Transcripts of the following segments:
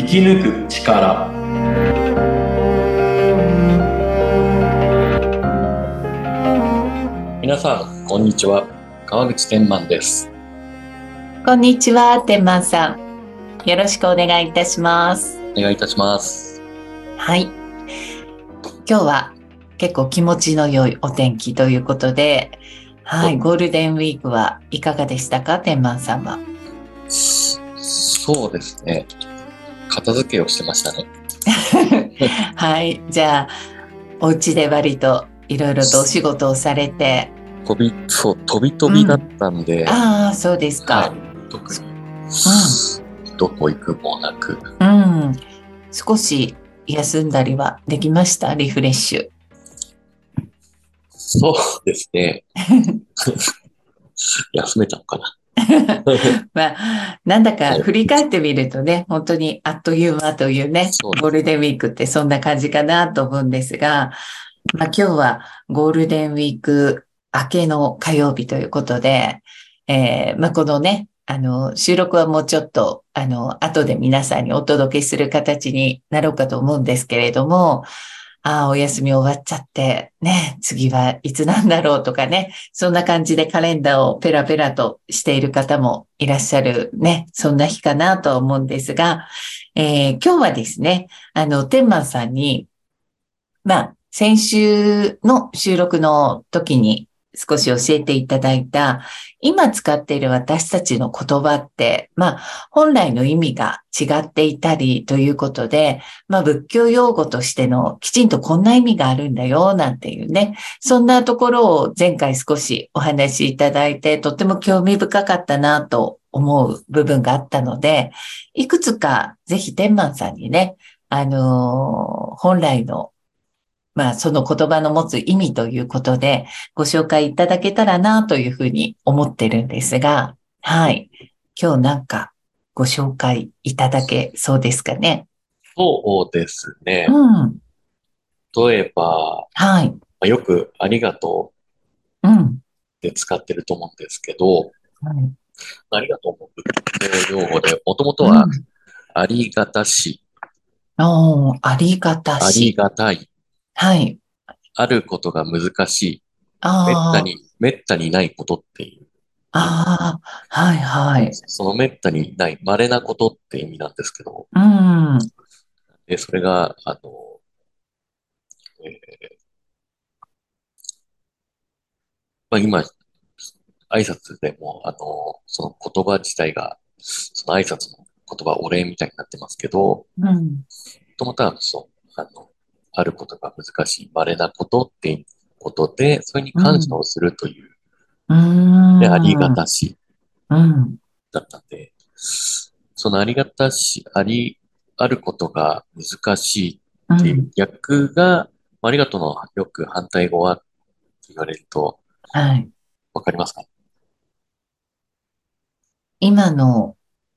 生き抜く力。皆さんこんにちは、川口天満です。 こんにちは、天満さん。よろしくお願いいたします。 お願いいたします。 はい。今日は結構気持ちの良いお天気ということで、はい、ゴールデンウィークはいかがでしたか、天満さんは。 そうですね、片付けをしてましたね。 はい。じゃあ、お家で割といろいろとお仕事をされて、 飛び飛うびだっん。 たんで、 ああ、そうですはい、 か。 特にうん。 どこ行くもなく。 うん。少し休んだりはできました？リフレッシュ。 そうですね、休めたのかな。 まあ、なんだかはい、 振り返ってみるとね、本当にあっという間というね、 そうです。 ゴールデンウィークってそんな感じかなと思うんですが、まあ今日はゴールデンウィーク明けの火曜日ということで、まあこのね、収録はもうちょっと、後で皆さんにお届けする形になろうかと思うんですけれども、ああ、お休み終わっちゃって、ね、次はいつなんだろうとかね、そんな感じでカレンダーをペラペラとしている方もいらっしゃるね、そんな日かなとは思うんですが、今日はですね、天満さんに、まあ、先週の収録の時に少し教えていただいた、今使っている私たちの言葉って、まあ、本来の意味が違っていたりということで、まあ、仏教用語としてのきちんとこんな意味があるんだよ、なんていうね、そんなところを前回少しお話しいただいて、とっても興味深かったなと思う部分があったので、いくつかぜひ天満さんにね、本来のまあ、その言葉の持つ意味ということで、ご紹介いただけたらなというふうに思ってるんですが、はい。今日なんかご紹介いただけそうですかね。 そうですうね。 ん。 例えば、 はい。 よくありがとうん。 うで使ってると思うんですけど、 はい。 ありがとうも仏教用語で、もともとはうん。 ありがたし、 おー、ありがたありし。 がたい、 はい。 あることが難しい、 あめったにないことっていう意味。 あ、ああ、はい、はい。 そのめったにない、稀なことって意味なんですけど、 うん。 で、それが、えー今、挨拶でも、その言葉自体が、その挨拶の言葉、お礼みたいになってますけど、もうん。 ともとは、あることが難しい、稀なことっていうことで、それにうん。 感謝をするという、 うで、ありん。うん。 がたしうん。 だったんで、そのありがたし、あることが難しいっていううん。 逆が、ありがとうのよく反対語はって言われると、 はい。 わかりますか？ 今の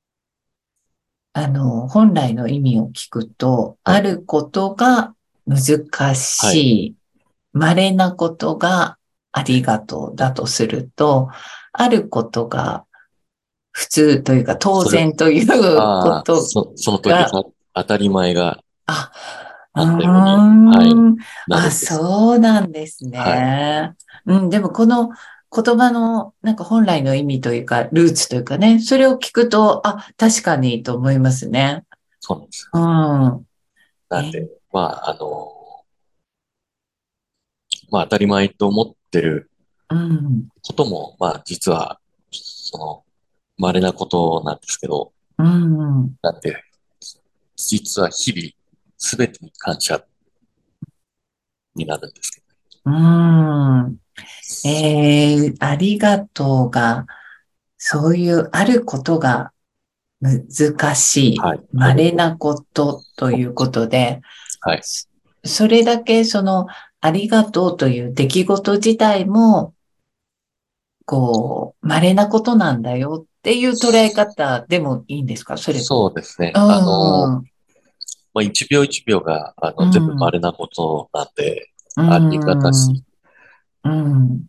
本来の意味を聞くと、 はい。 あることが難はい。 しい、稀なことがありがとうだとすると、あることが普通というか当それ、 然というこああ、 とその通りです。 が、 当たり前があ、う反対語に、はい、 ーん、あ、 なるんです。 そうなんですはい。 ね。うん、でもこの言葉のなんか本来の意味というか、ルーツというかね、それを聞くと、あ、確かにと思いますね。 そうなんです。 うん。 なんで、当たり前と思ってるうん、 ことも、実は、その、稀なことなんですけど、 うん、 なんで、実は日々、すべてに感謝になるんですけど。 うん。ありがとうが、そういうあることが難しい、 はい。あること。 稀なことということで、 はい。 そそれだけその、ありがとうという出来事自体も、こう、稀なことなんだよっていう捉え方でもいいんですか、それ？ そうですね。 うん、うん、 一秒一秒が、 う全部ん、 稀なことなんで、 うありがたん、 し、 うん、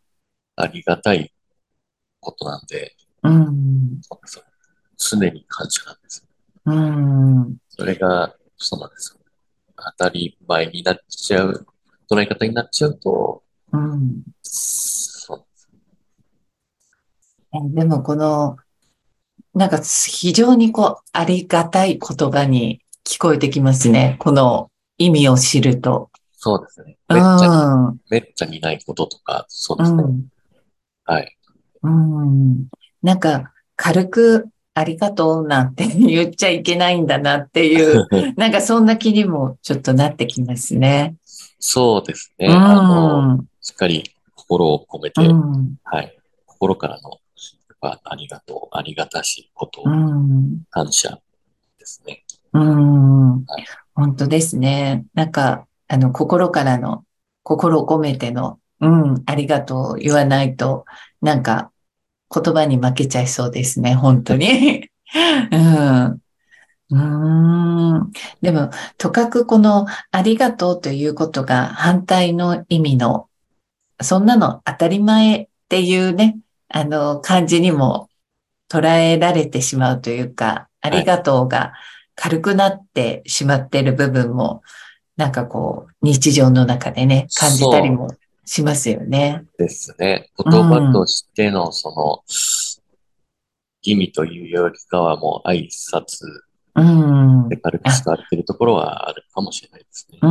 ありがたいことなんで、 うん。 そうです。常に感謝なんです。 うん、 それが、そうなんですよ。当たり前になっちゃう、捉え方になっちゃうと、 うん。 そう、 でもこの、なんか非常にこう、ありがたい言葉に聞こえてきますね。この意味を知ると。 そうですね。 うん、 めっちゃにないこととか、そうですね。 うん、 はい。 うん。なんか、軽くありがとうなんて言っちゃいけないんだなっていう、なんかそんな気にもちょっとなってきますね。 そうですうね。 ん、 しっかり心を込めうて、 ん、 はい。心からの、やっぱありがとう、ありがたしいことうをん、 感謝ですね。 うん。 はい。 本当ですね。なんか、心からの、心を込めての、ありがとうを言わないと、なんか、言葉に負けちゃいそうですね、本当に。うん。うーん。でも、とかくこの、ありがとうということが反対の意味の、そんなの当たり前っていうね、感じにも捉えられてしまうというか、あはい。 りがとうが軽くなってしまっている部分も、なんかこう、日常の中でね、感じたりそもしますよね。 うですね。 う言葉とん、 してのその意味というよりかはもう挨拶うん。 で軽くあ、 使われているところはあるかもしれないですね。 うん。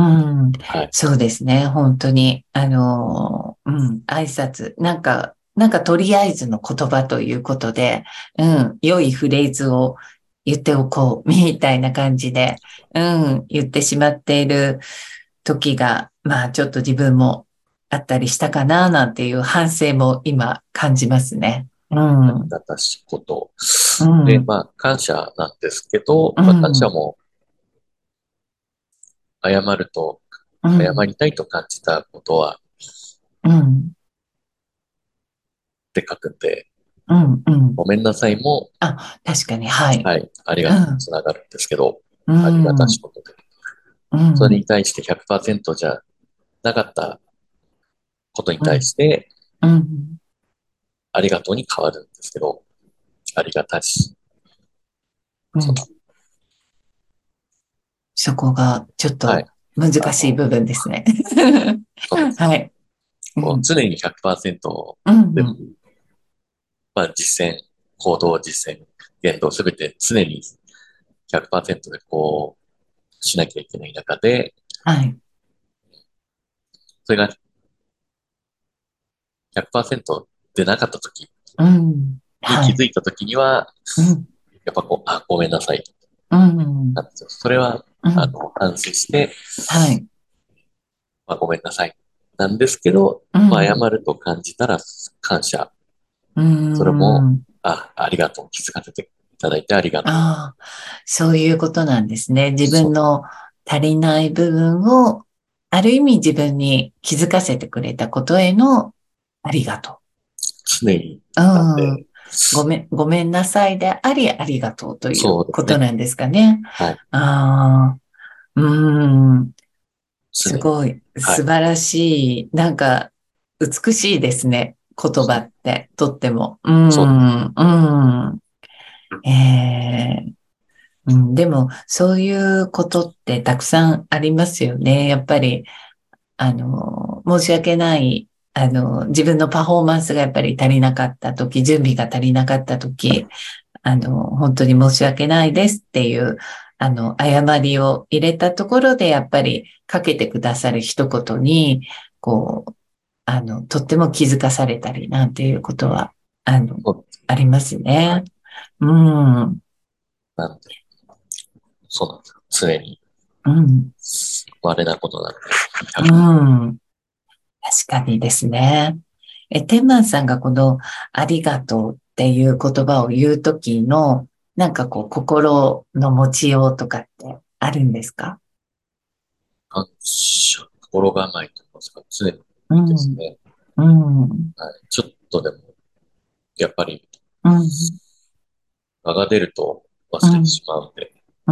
はい。 そうですね、本当に。挨拶。なんかとりあえずの言葉ということで、良いフレーズを言っておこう、みたいな感じで、言ってしまっている時が、まあちょっと自分もあったりしたかな、なんていう反省も今感じますね。うん、 ありがたしこと。で、 うん、 まあ、感謝なんですけど、 うまあ、感謝ん、 も謝ると、謝うん、 りたいと感じたことは、 うん、 って書くんで、 うん、うん。 ごめんなさいも、 あ、確かに、はい。 はい、ありがとうにうん、 つながるんですけど、 うありがたしん、 ことで。 うそれにん、 対して100%じゃなかったことにうん、 対して、 うん、 ありがとうに変わるんですけど、ありがたし、 うん。 その、 そこがちょっはい、 と難あの、 しい部分ですね。 そうですね。 はい。うこうん、 常に100% うん、 でも、 うん、 まあ、行動、実践、言動すべて常に100%でこう、しなきゃいけない中で、 はい。 それが100%でなかった時うん、 にはい。 気づいた時には、 うん、 やっぱこう、あ、ごめんなさい。 うん、 なんですよ。それは、 うん、 反省して、 はい。 まあ、ごめんなさい。なんですけど、まあ、謝うん、 ると感じたら感謝。 うそれも、 ん。 ありがとう。気づかせていただいてありがとう。 ああ、そういうことなんですね。自そう。 分の足りない部分を、ある意味自分に気づかせてくれたことへのありがと常に、 う。 なんで、 ごめんなさいであり、ありがとうというそうですね。 ことなんですかね。 はい。 ああ、うーん、 常に。 すごい、 はい。 素晴らしい、なんか、美しいですね。言葉って、とっても。 そうです。 でも、そういうことってたくさんありますよね。やっぱり、申し訳ない、自分のパフォーマンスがやっぱり足りなかったとき、準備が足りなかったとき、本当に申し訳ないですっていう、誤りを入れたところで、やっぱりかけてくださる一言に、こう、とっても気づかされたりなんていうことは、あの、 そうです。 ありますね。 はい。 うん、うん、 なんで、そうなんですよ。常に、 うん、 稀なことなんで、 う 100、 ん。確かにですね。天満さんがこのありがとうっていう言葉を言うときの、なんかこう、心の持ちようとかってあるんですか？ 感謝、心構えと言いますか、常にうん、 ですね。 うん、 はい。ちょっとでも、やっぱり、 うん、 場が出るとうん、 忘れてしまうんで、 うん。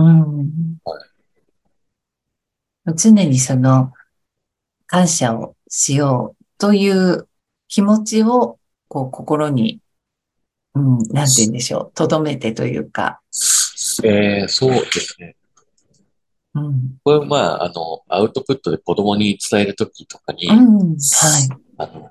はい。 常にその感謝をしようという気持ちを、こう、心に、なんて言うんでしょう、留めてというか。 そうですね。 うん。 これはまあ、アウトプットで子供に伝えるときとかうに、 ん。はい。 あの、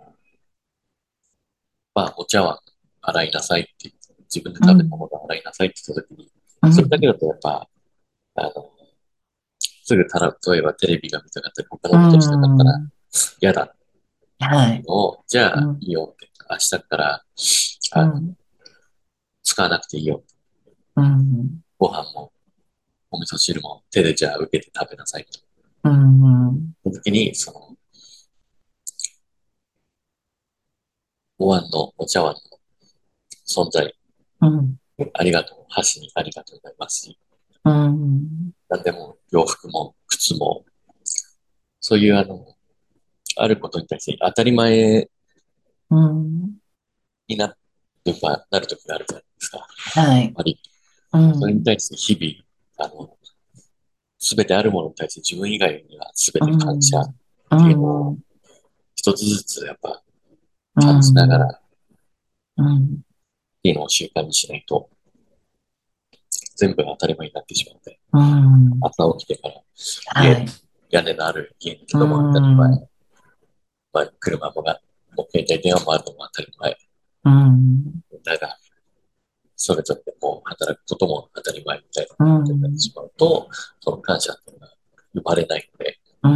まあ、お茶碗洗いなさいって、自分で食べたもうん。 のを洗いなさいって言ったときに、 うん。 それだけだとやっぱ、あの、すぐ例えばテレビが見たかったり、他うのことしたかったらん。 嫌だってはい。 いうのを、じゃあうん。 いいよって、明日から、あの、 うん。 使わなくていいよ。 うん。 ご飯も、お味噌汁も手でじゃあ受けて食べなさいと。 うん。 その時に、お椀の、お茶碗の存在、 うん。 ありがとう。箸にありがとうございますし、 うん。 何でも洋服も靴も、そういうあることに対して当たり前うん。 になる時があるじゃないですか。やっはい。 ぱり、 うそれにん。 対して日々、すべてあるものに対して自分以外にはすべうて感謝っん。うていうのをん。 一つずつやっぱう感じながらん。 っうん。 ていうのを習慣にしないと全部当たり前になってしまうので、 うん。 朝起きてから家、 はい。 屋根のある家に行うくのも当たり前、 ん。 まあ、もう携帯電話もあるのも当たり前。 うん。 だが、それぞれでもう働くことも当たり前みたいなうことになってん。 しまうと、その感謝っていうのが生まれないのでうん。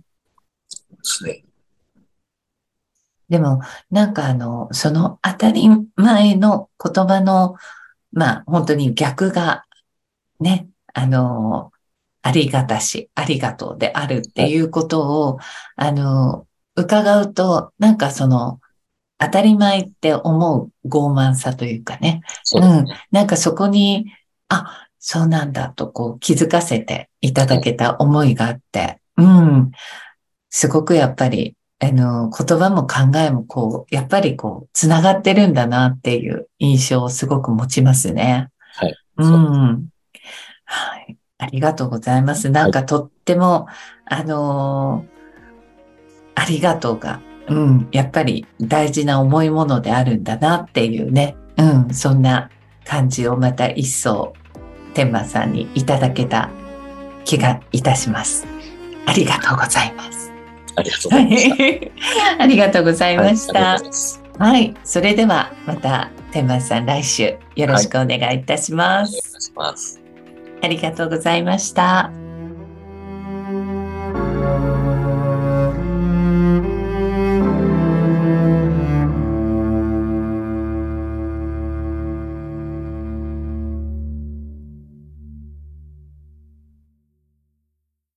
ですね。 でも、その当たり前の言葉の、本当に逆がね、ありがたし、ありがとうであるってはい。 いうことを、あの、伺うと、当たり前って思う傲慢さというかね、うん、 そうですね。 そこに、あ、そうなんだとこう気づかせていたはい。 だけた思いがあって、うん、すごくやっぱり、言葉も考えもやっぱりつながってるんだなっていう印象をすごく持ちますね。 はい。 うそうです。 ん。はい。ありがとうございます。 はい。 とっても、あのありがとうが、うん、やっぱり大事な重いものであるんだなっていうね、うん、そんな感じをまた一層、天馬さんにいただけた気がいたします。ありがとうございます。 ありがとうごはざいました。 い。ありがとうございはい。 ましありがとうごた。 ざいます。 はい。それではまた天馬さん来週よろはい。 しくお願いいたしまお願いいたす。 します。 ありがとうございました。